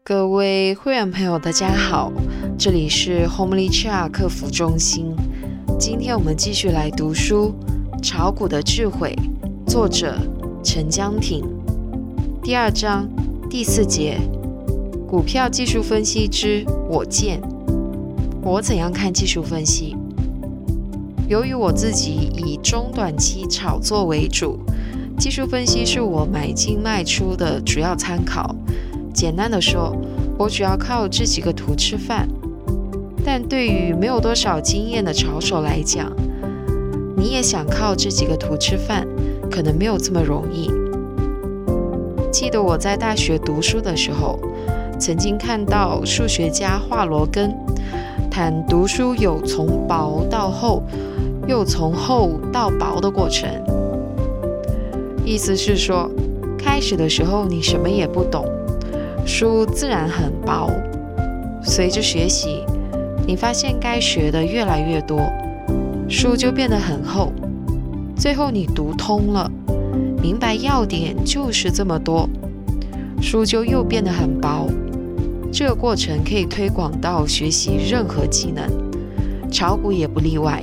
各位会员朋友，大家好，这里是 HomeLiChat 客服中心。今天我们继续来读书《炒股的智慧》，作者陈江挺。第二章第4节，股票技术分析之我见。我怎样看技术分析？由于我自己以中短期炒作为主，技术分析是我买进卖出的主要参考。简单的说，我主要靠这几个图吃饭。但对于没有多少经验的炒手来讲，你也想靠这几个图吃饭，可能没有这么容易。记得我在大学读书的时候，曾经看到数学家华罗根谈读书有从薄到厚，又从厚到薄的过程。意思是说，开始的时候你什么也不懂，书自然很薄，随着学习，你发现该学的越来越多，书就变得很厚，最后你读通了，明白要点就是这么多，书就又变得很薄。这个过程可以推广到学习任何技能，炒股也不例外。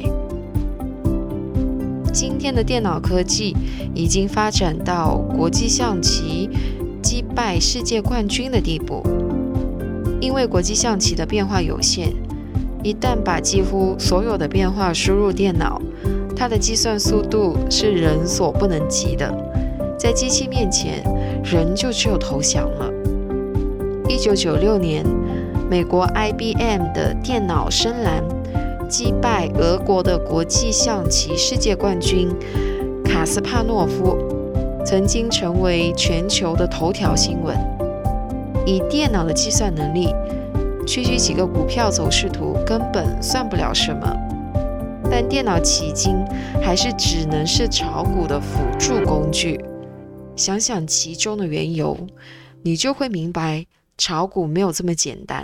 今天的电脑科技已经发展到国际象棋击败世界冠军的地步。因为国际象棋的变化有限，一旦把几乎所有的变化输入电脑，它的计算速度是人所不能及的。在机器面前，人就只有投降了。1996年，美国 IBM 的电脑深蓝击败俄国的国际象棋世界冠军卡斯帕诺夫，曾经成为全球的头条新闻。以电脑的计算能力，区区几个股票走势图根本算不了什么，但电脑迄今还是只能是炒股的辅助工具。想想其中的缘由，你就会明白炒股没有这么简单。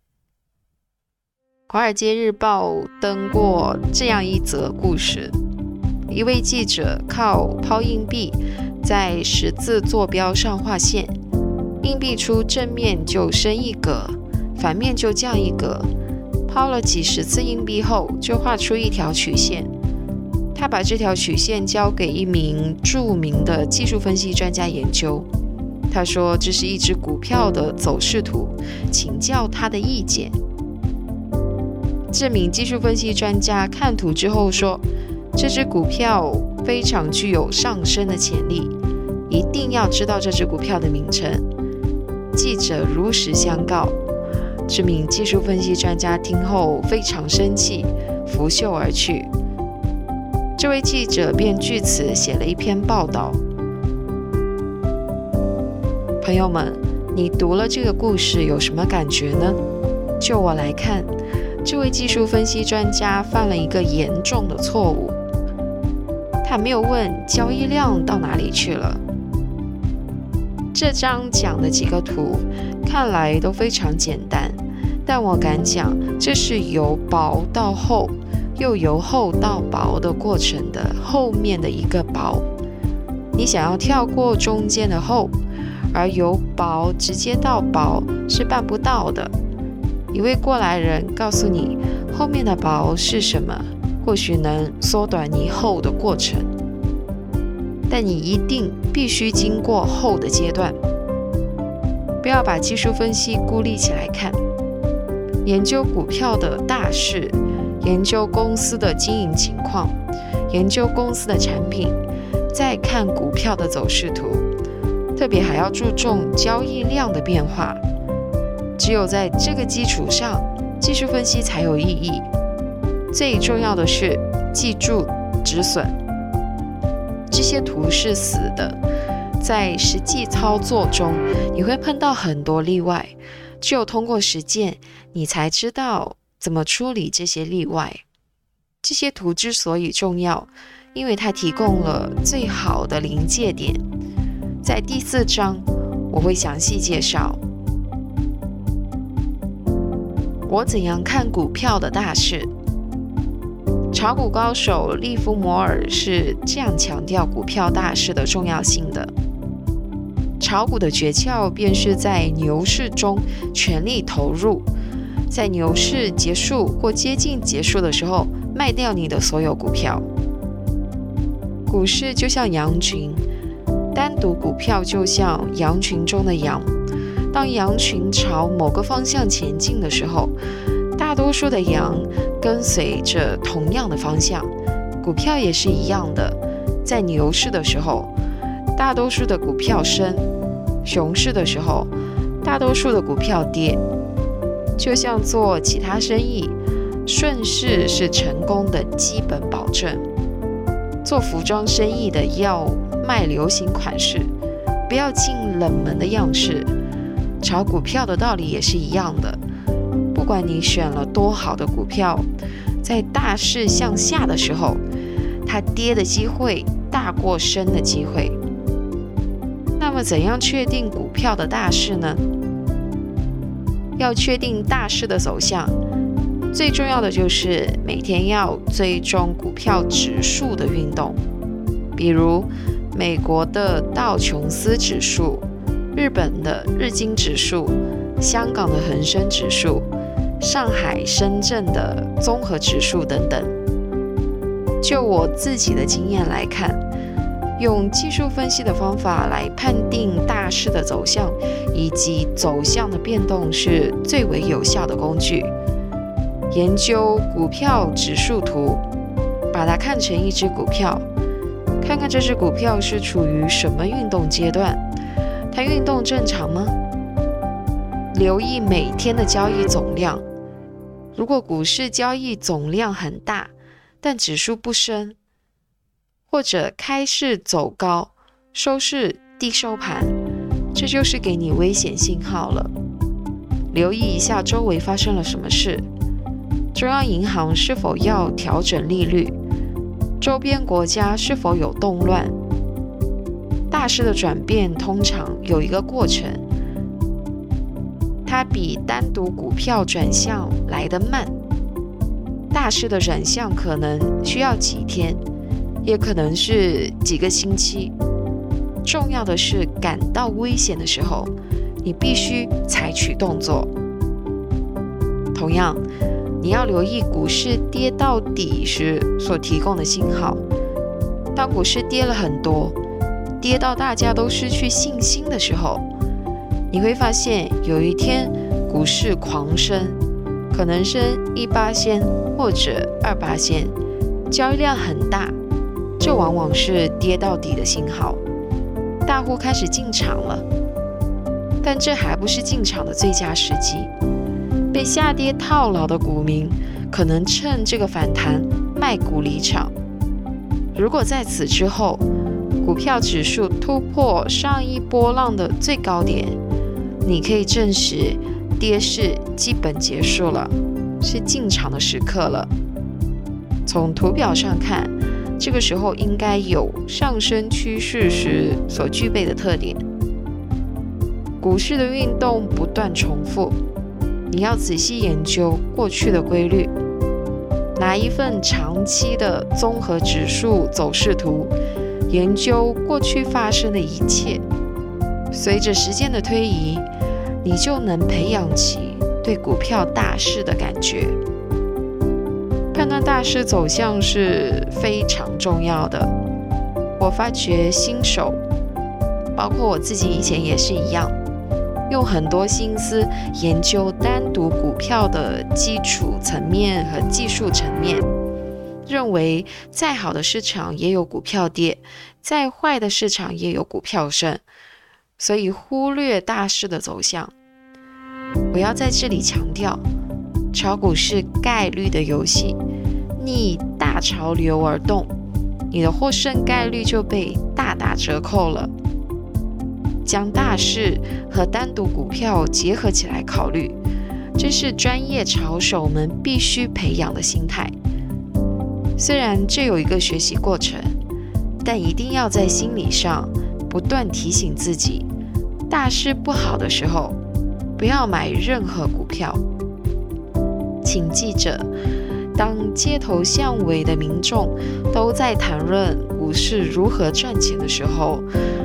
华尔街日报登过这样一则故事，一位记者靠抛硬币在十字坐标上画线，硬币出正面就升一格，反面就降一格，抛了几十次硬币后就画出一条曲线。他把这条曲线交给一名著名的技术分析专家研究，他说这是一只股票的走势图，请教他的意见。这名技术分析专家看图之后说，这只股票非常具有上升的潜力，一定要知道这只股票的名称。记者如实相告，这名技术分析专家听后非常生气，拂袖而去。这位记者便据此写了一篇报道。朋友们，你读了这个故事有什么感觉呢？就我来看，这位技术分析专家犯了一个严重的错误。他没有问交易量到哪里去了。这章讲的几个图看来都非常简单，但我敢讲，这是由薄到厚，又由厚到薄的过程的后面的一个薄。你想要跳过中间的厚，而由薄直接到薄是办不到的。一位过来人告诉你后面的薄是什么，或许能缩短你厚的过程，但你一定必须经过厚的阶段。不要把技术分析孤立起来看，研究股票的大势，研究公司的经营情况，研究公司的产品，再看股票的走势图，特别还要注重交易量的变化。只有在这个基础上，技术分析才有意义。最重要的是，记住止损。这些图是死的，在实际操作中，你会碰到很多例外。只有通过实践，你才知道怎么处理这些例外。这些图之所以重要，因为它提供了最好的临界点。在第4章，我会详细介绍。我怎样看股票的大势？炒股高手利弗摩尔是这样强调股票大势的重要性的。 炒股的诀窍便是在牛市中全力投入，在牛市结束或接近结束的时候卖掉你的所有股票。股市就像羊群，单独股票就像羊群中的羊。当羊群朝某个方向前进的时候，大多数的羊跟随着同样的方向。股票也是一样的，在牛市的时候，大多数的股票升；熊市的时候，大多数的股票跌。就像做其他生意，顺势是成功的基本保证。做服装生意的要卖流行款式，不要进冷门的样式。炒股票的道理也是一样的，不管你选了多好的股票，在大势向下的时候，它跌的机会大过升的机会。那么怎样确定股票的大势呢？要确定大势的走向，最重要的就是每天要追踪股票指数的运动，比如美国的道琼斯指数、日本的日经指数、香港的恒生指数、上海、深圳的综合指数等等。就我自己的经验来看，用技术分析的方法来判定大势的走向以及走向的变动是最为有效的工具。研究股票指数图，把它看成一只股票，看看这只股票是处于什么运动阶段，它运动正常吗？留意每天的交易总量，如果股市交易总量很大，但指数不升，或者开市走高，收市低收盘，这就是给你危险信号了。留意一下周围发生了什么事，中央银行是否要调整利率，周边国家是否有动乱。大势的转变通常有一个过程，它比单独股票转向来得慢。大势的转向可能需要几天，也可能是几个星期。重要的是感到危险的时候，你必须采取动作。同样，你要留意股市跌到底时所提供的信号。当股市跌了很多，跌到大家都失去信心的时候，你会发现有一天股市狂升，可能升1%或者2%，交易量很大，这往往是跌到底的信号，大户开始进场了。但这还不是进场的最佳时机，被下跌套牢的股民可能趁这个反弹卖股离场。如果在此之后，股票指数突破上一波浪的最高点，你可以证实跌势基本结束了，是进场的时刻了。从图表上看，这个时候应该有上升趋势时所具备的特点。股市的运动不断重复，你要仔细研究过去的规律，拿一份长期的综合指数走势图，研究过去发生的一切。随着时间的推移，你就能培养起对股票大势的感觉。判断大势走向是非常重要的。我发觉新手，包括我自己以前也是一样，用很多心思研究单独股票的基础层面和技术层面，认为再好的市场也有股票跌，再坏的市场也有股票升，所以忽略大势的走向。我要在这里强调，炒股是概率的游戏，逆大潮流而动，你的获胜概率就被大打折扣了。将大势和单独股票结合起来考虑，这是专业炒手们必须培养的心态。虽然这有一个学习过程，但一定要在心理上不断提醒自己，大势不好的时候，不要买任何股票。请记着，当街头巷尾的民众都在谈论股市如何赚钱的时候，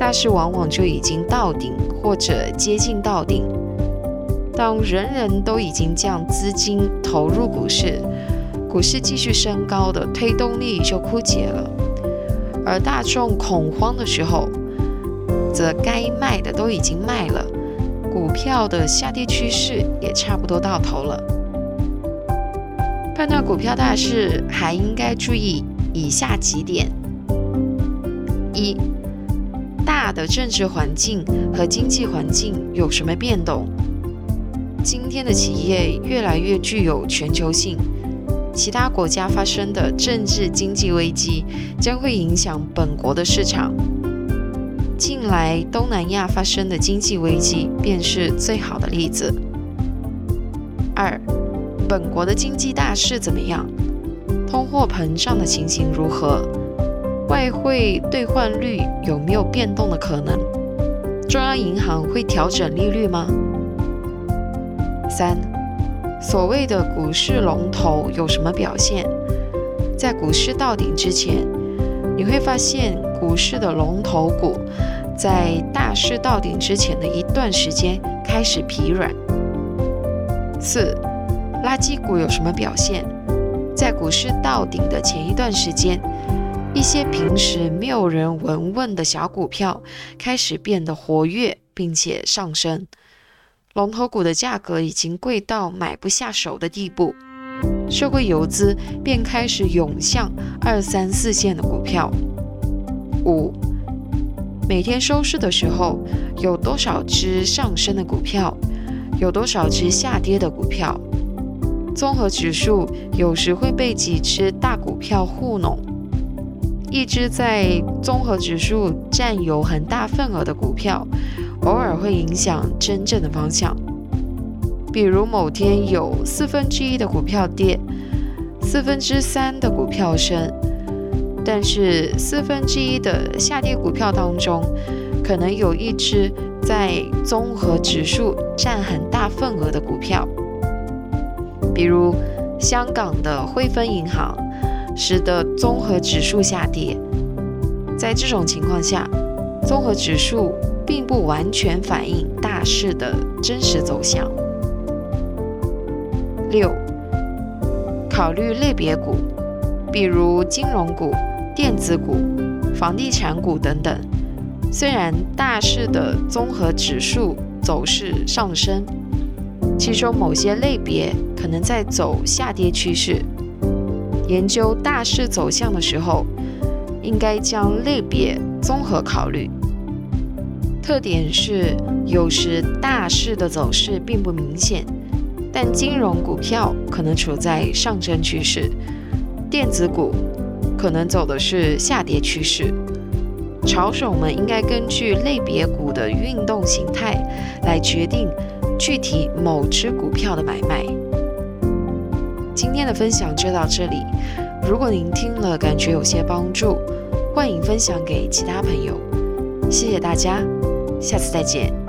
大势往往就已经到顶或者接近到顶。当人人都已经将资金投入股市，股市继续升高的推动力就枯竭了。而大众恐慌的时候，则该卖的都已经卖了，股票的下跌趋势也差不多到头了。判断股票大势还应该注意以下几点：一、大的政治环境和经济环境有什么变动？今天的企业越来越具有全球性，其他国家发生的政治经济危机将会影响本国的市场。近来东南亚发生的经济危机便是最好的例子。二、本国的经济大势怎么样？通货膨胀的情形如何？外汇兑换率有没有变动的可能？中央银行会调整利率吗？三、所谓的股市龙头有什么表现？在股市到顶之前，你会发现股市的龙头股在大势到顶之前的一段时间开始疲软。四、垃圾股有什么表现？在股市到顶的前一段时间，一些平时没有人闻问的小股票开始变得活跃并且上升。龙头股的价格已经贵到买不下手的地步，社会游资便开始涌向2、3、4线的股票。五、每天收市的时候，有多少只上升的股票，有多少只下跌的股票？综合指数有时会被几只大股票糊弄，一只在综合指数占有很大份额的股票，偶尔会影响真正的方向。比如某天有1/4的股票跌，3/4的股票升，但是1/4的下跌股票当中，可能有一只在综合指数占很大份额的股票，比如香港的汇丰银行，使得综合指数下跌。在这种情况下，综合指数并不完全反映大势的真实走向。六、考虑类别股，比如金融股、电子股、房地产股等等。虽然大势的综合指数走势上升，其中某些类别可能在走下跌趋势。研究大势走向的时候，应该将类别综合考虑。特点是，有时大势的走势并不明显，但金融股票可能处在上升趋势，电子股可能走的是下跌趋势。潮手们应该根据类别股的运动形态来决定具体某只股票的买卖。今天的分享就到这里，如果您听了感觉有些帮助，欢迎分享给其他朋友。谢谢大家，下次再见。